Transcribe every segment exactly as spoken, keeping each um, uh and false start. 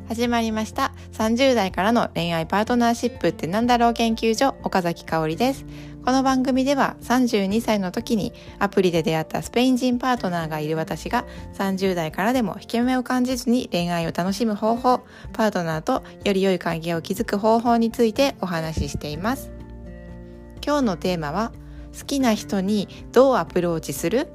始まりましたさんじゅう代からの恋愛パートナーシップってなんだろう研究所、岡崎香織です。この番組ではさんじゅうにさいの時にアプリで出会ったスペイン人パートナーがいる私がさんじゅう代からでも引け目を感じずに恋愛を楽しむ方法、パートナーとより良い関係を築く方法についてお話ししています。今日のテーマは、好きな人にどうアプローチする？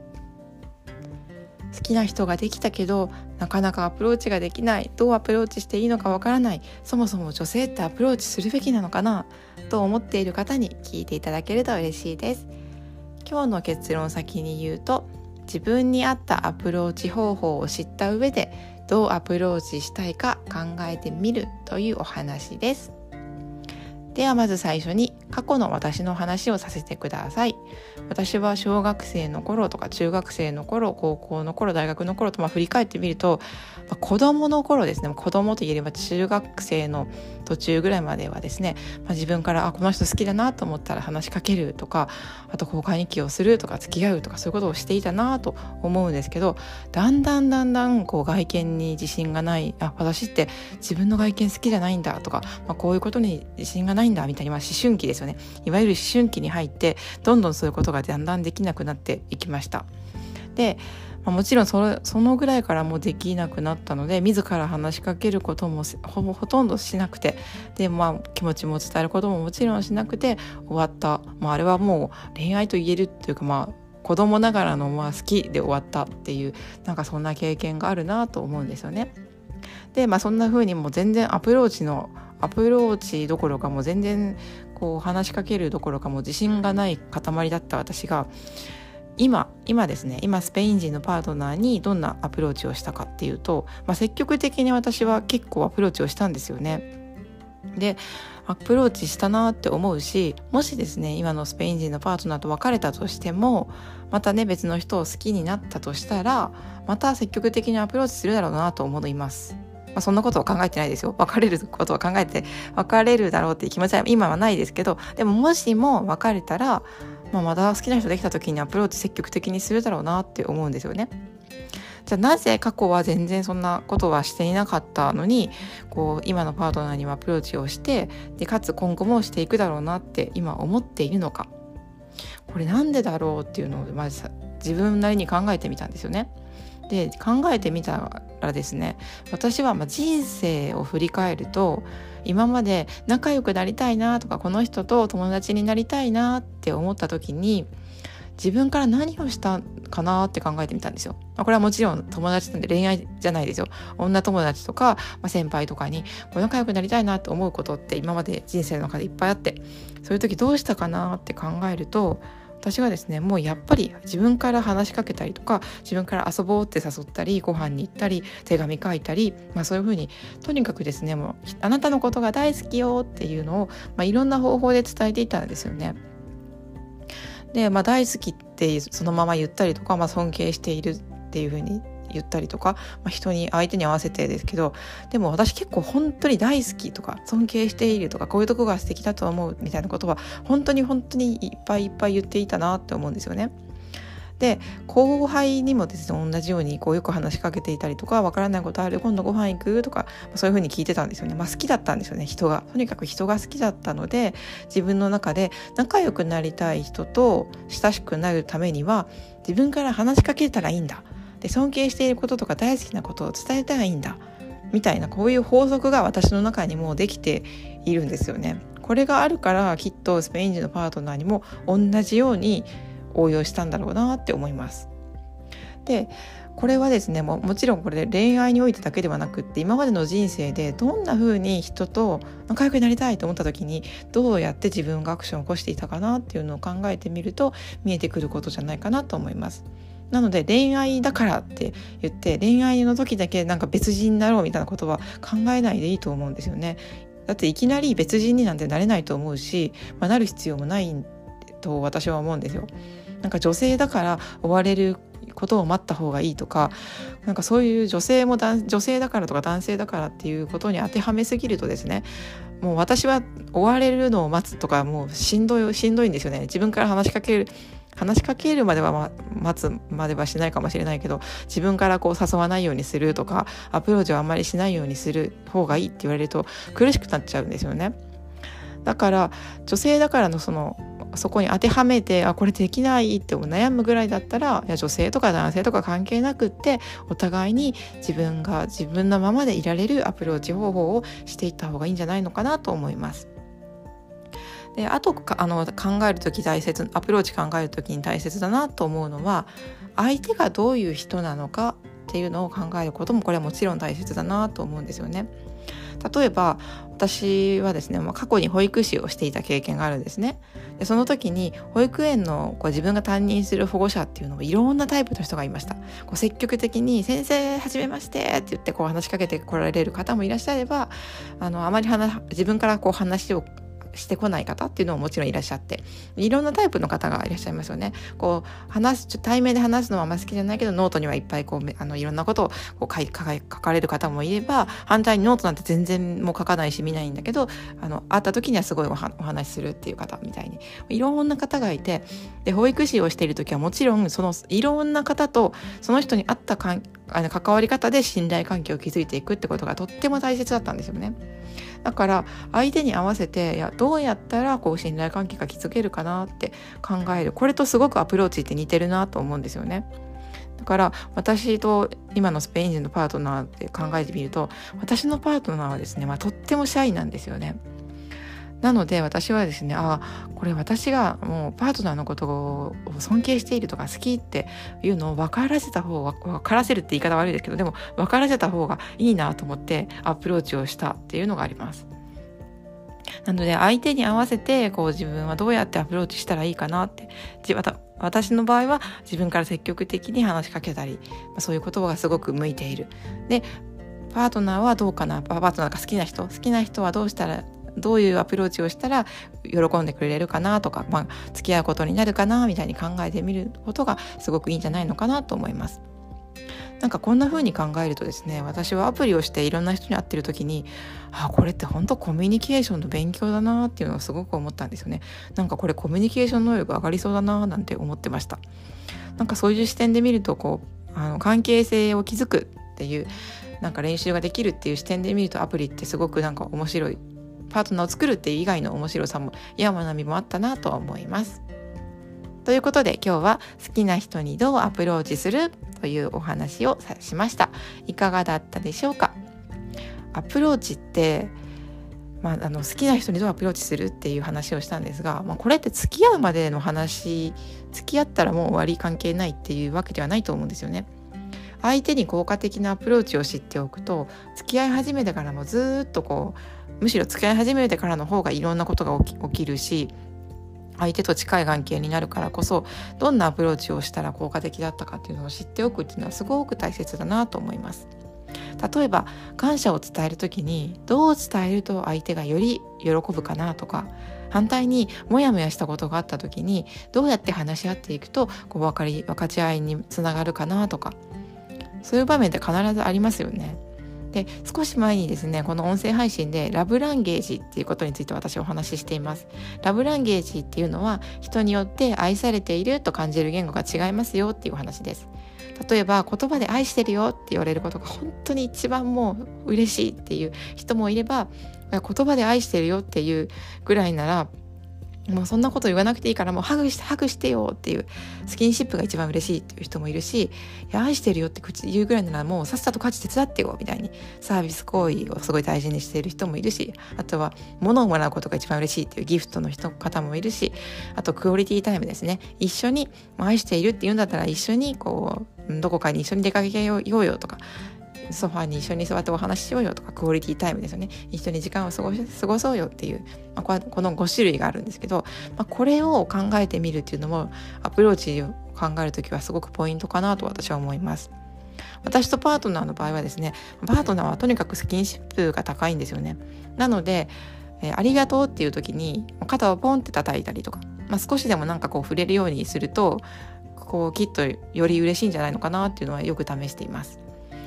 好きな人ができたけどなかなかアプローチができない、どうアプローチしていいのかわからない、そもそも女性ってアプローチするべきなのかなと思っている方に聞いていただけると嬉しいです。今日の結論を先に言うと、自分に合ったアプローチ方法を知った上でどうアプローチしたいか考えてみるというお話です。ではまず最初に過去の私の話をさせてください。私は小学生の頃とか中学生の頃、高校の頃、大学の頃とまあ振り返ってみると、まあ、子供の頃ですね、子供といえれば中学生の途中ぐらいまではですね、まあ、自分からあこの人好きだなと思ったら話しかけるとか、あと交換日記をするとか付き合うとか、そういうことをしていたなと思うんですけど、だんだんだんだんこう外見に自信がない、あ私って自分の外見好きじゃないんだとか、まあ、こういうことに自信がないんだみたいな、まあ、思春期ですよね。いわゆる思春期に入ってどんどんそういうことがだんだんできなくなっていきました。で、まあ、もちろんそれそのぐらいからもうできなくなったので、自ら話しかけることもほぼほとんどしなくて、で、まあ、気持ちも伝えることももちろんしなくて終わった、まあ、あれはもう恋愛と言えるっていうか、まあ子供ながらのまあ好きで終わったっていう、なんかそんな経験があるなと思うんですよね。で、まあ、そんな風にもう全然アプローチのアプローチどころかもう全然こう話しかけるどころかもう自信がない塊だった私が、今今ですね今スペイン人のパートナーにどんなアプローチをしたかっていうと、まあ、積極的に私は結構アプローチをしたんですよね。でアプローチしたなって思うし、もしですね今のスペイン人のパートナーと別れたとしても、またね別の人を好きになったとしたら、また積極的にアプローチするだろうなと思います。まあ、そんなことは考えてないですよ。別れることは考えて別れるだろうっていう気持ちは今はないですけど、でももしも別れたら、まあ、まだ好きな人できた時にアプローチ積極的にするだろうなって思うんですよね。じゃあなぜ過去は全然そんなことはしていなかったのに、こう今のパートナーにもアプローチをして、でかつ今後もしていくだろうなって今思っているのか、これなんでだろうっていうのをまず自分なりに考えてみたんですよね。で考えてみたらですね、私はまあ人生を振り返ると、今まで仲良くなりたいなとか、この人と友達になりたいなって思った時に、自分から何をしたかなって考えてみたんですよ。これはもちろん友達なんで恋愛じゃないですよ。女友達とか、まあ、先輩とかにこう仲良くなりたいなって思うことって今まで人生の中でいっぱいあって、そういう時どうしたかなって考えると、私はですねもうやっぱり自分から話しかけたりとか、自分から遊ぼうって誘ったり、ご飯に行ったり、手紙書いたり、まあ、そういうふうにとにかくですね、もうあなたのことが大好きよっていうのを、まあ、いろんな方法で伝えていたんですよね。で、まあ、大好きってそのまま言ったりとか、まあ、尊敬しているっていうふうに言ったりとか、まあ、人に相手に合わせてですけど、でも私結構本当に大好きとか尊敬しているとか、こういうとこが素敵だと思うみたいなことは本当に本当にいっぱいいっぱい言っていたなって思うんですよね。で後輩にもですね同じようにこうよく話しかけていたりとか、わからないことある、今度ご飯行くとか、そういうふうに聞いてたんですよね。まあ、好きだったんですよね、人がとにかく人が好きだったので、自分の中で仲良くなりたい人と親しくなるためには自分から話しかけたらいいんだ、で尊敬していることとか大好きなことを伝えたらいいんだみたいな、こういう法則が私の中にもできているんですよね。これがあるからきっとスペイン人のパートナーにも同じように応用したんだろうなって思います。でこれはですね も, もちろんこれ恋愛においてだけではなくって、今までの人生でどんな風に人と仲良くなりたいと思った時にどうやって自分がアクションを起こしていたかなっていうのを考えてみると見えてくることじゃないかなと思います。なので恋愛だからって言って恋愛の時だけなんか別人になろうみたいなことは考えないでいいと思うんですよね。だっていきなり別人になんてなれないと思うし、まあ、なる必要もないと私は思うんですよ。なんか女性だから追われることを待った方がいいとか、なんかそういう女性も女性だからとか男性だからっていうことに当てはめすぎるとですね、もう私は追われるのを待つとかもうしんどいしんどいんですよね。自分から話しかける話しかけるまでは、ま、待つまではしないかもしれないけど、自分からこう誘わないようにするとか、アプローチをあんまりしないようにする方がいいって言われると苦しくなっちゃうんですよね。だから女性だからのそのそこに当てはめて、あこれできないって悩むぐらいだったら、いや女性とか男性とか関係なくって、お互いに自分が自分のままでいられるアプローチ方法をしていった方がいいんじゃないのかなと思います。であとあの考えるとき大切、アプローチ考えるときに大切だなと思うのは、相手がどういう人なのかっていうのを考えることも、これはもちろん大切だなと思うんですよね。例えば私はですね、まあ、過去に保育士をしていた経験があるんですね。でその時に保育園のこう自分が担任する保護者っていうのもいろんなタイプの人がいました。こう積極的に先生はじめましてって言ってこう話しかけてこられる方もいらっしゃれば、あのあまり話自分からこう話をしてこない方っていうのももちろんいらっしゃって、いろんなタイプの方がいらっしゃいますよね。こう話す対面で話すのはあんま好きじゃないけど、ノートにはいっぱいこうあのいろんなことをこう書い書か書かれる方もいれば、反対にノートなんて全然もう書かないし見ないんだけど、あの会った時にはすごいおはお話しするっていう方みたいにいろんな方がいて、で保育士をしている時はもちろんそのいろんな方とその人に合ったかんあの関わり方で信頼関係を築いていくってことがとっても大切だったんですよね。だから相手に合わせて、いやどうやったらこう信頼関係が築けるかなって考える、これとすごくアプローチって似てるなと思うんですよね。だから私と今のスペイン人のパートナーって考えてみると、私のパートナーはですね、まあ、とってもシャイなんですよね。なので私はですね、あこれ私がもうパートナーのことを尊敬しているとか好きっていうのを分からせた方が、分からせるって言い方悪いですけど、でも分からせた方がいいなと思ってアプローチをしたっていうのがあります。なので相手に合わせてこう自分はどうやってアプローチしたらいいかなって、私の場合は自分から積極的に話しかけたり、そういう言葉がすごく向いている。でパートナーはどうかな、パートナーが好きな人好きな人はどうしたらどういうアプローチをしたら喜んでくれるかなとか、まあ、付き合うことになるかなみたいに考えてみることがすごくいいんじゃないのかなと思います。なんかこんな風に考えるとですね、私はアプリをしていろんな人に会ってる時に、あこれって本当コミュニケーションの勉強だなっていうのをすごく思ったんですよね。なんかこれコミュニケーション能力上がりそうだななんて思ってました。なんかそういう視点で見ると、こうあの関係性を築くっていうなんか練習ができるっていう視点で見ると、アプリってすごくなんか面白い、パートナーを作るっていう以外の面白さもや学びもあったなと思います。ということで今日は好きな人にどうアプローチするというお話をしました。いかがだったでしょうか。アプローチって、まあ、あの好きな人にどうアプローチするっていう話をしたんですが、まあ、これって付き合うまでの話、付き合ったらもう終わり、関係ないっていうわけではないと思うんですよね。相手に効果的なアプローチを知っておくと、付き合い始めてからもずっとこうむしろ付き合い始めてからの方がいろんなことが起き、起きるし、相手と近い関係になるからこそ、どんなアプローチをしたら効果的だったかっていうのを知っておくっていうのはすごく大切だなと思います。例えば感謝を伝えるときにどう伝えると相手がより喜ぶかなとか、反対にモヤモヤしたことがあったときにどうやって話し合っていくとこう分かり分かち合いにつながるかなとか、そういう場面って必ずありますよね。で少し前にですね、この音声配信でラブランゲージっていうことについて私お話ししています。ラブランゲージっていうのは、人によって愛されていると感じる言語が違いますよっていうお話です。例えば言葉で愛してるよって言われることが本当に一番もう嬉しいっていう人もいれば、言葉で愛してるよっていうぐらいならもうそんなこと言わなくていいからもうハグしてハグしてよっていうスキンシップが一番嬉しいっていう人もいるし、いや愛してるよって口言うぐらいならもうさっさと家事手伝ってよみたいにサービス行為をすごい大事にしている人もいるし、あとは物をもらうことが一番嬉しいっていうギフトの人方もいるし、あとクオリティタイムですね。一緒に愛しているって言うんだったら一緒にこうどこかに一緒に出かけようよとか、ソファーに一緒に座ってお話ししようよとか、クオリティタイムですよね。一緒に時間を過ごし、過ごそうよっていう、まあ、このご種類があるんですけど、まあ、これを考えてみるっていうのもアプローチを考えるときはすごくポイントかなと私は思います。私とパートナーの場合はですね、パートナーはとにかくスキンシップが高いんですよね。なので、えー、ありがとうっていう時に肩をポンって叩いたりとか、まあ、少しでもなんかこう触れるようにするとこうきっとより嬉しいんじゃないのかなっていうのはよく試しています。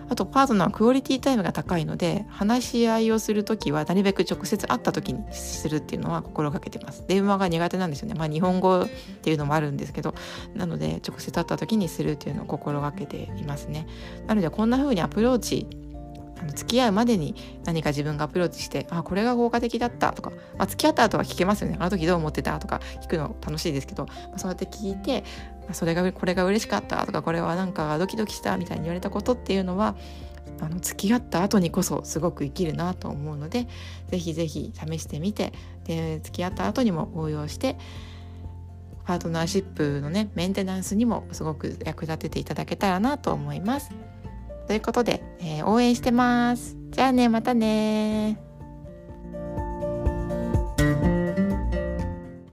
あとパートナーはクオリティタイムが高いので、話し合いをするときはなるべく直接会ったときにするっていうのは心がけてます。電話が苦手なんですよね。まあ日本語っていうのもあるんですけど、なので直接会ったときにするっていうのを心がけていますね。なのでこんな風にアプローチ、あの付き合うまでに何か自分がアプローチして、あこれが効果的だったとか、まあ、付き合った後は聞けますよね。あの時どう思ってたとか聞くの楽しいですけど、まあ、そうやって聞いて、まあ、それがこれが嬉しかったとか、これはなんかドキドキしたみたいに言われたことっていうのは、あの付き合った後にこそすごく生きるなと思うので、ぜひぜひ試してみて、で付き合った後にも応用して、パートナーシップのねメンテナンスにもすごく役立てていただけたらなと思います。ということで、えー、応援してます。じゃあね、またね。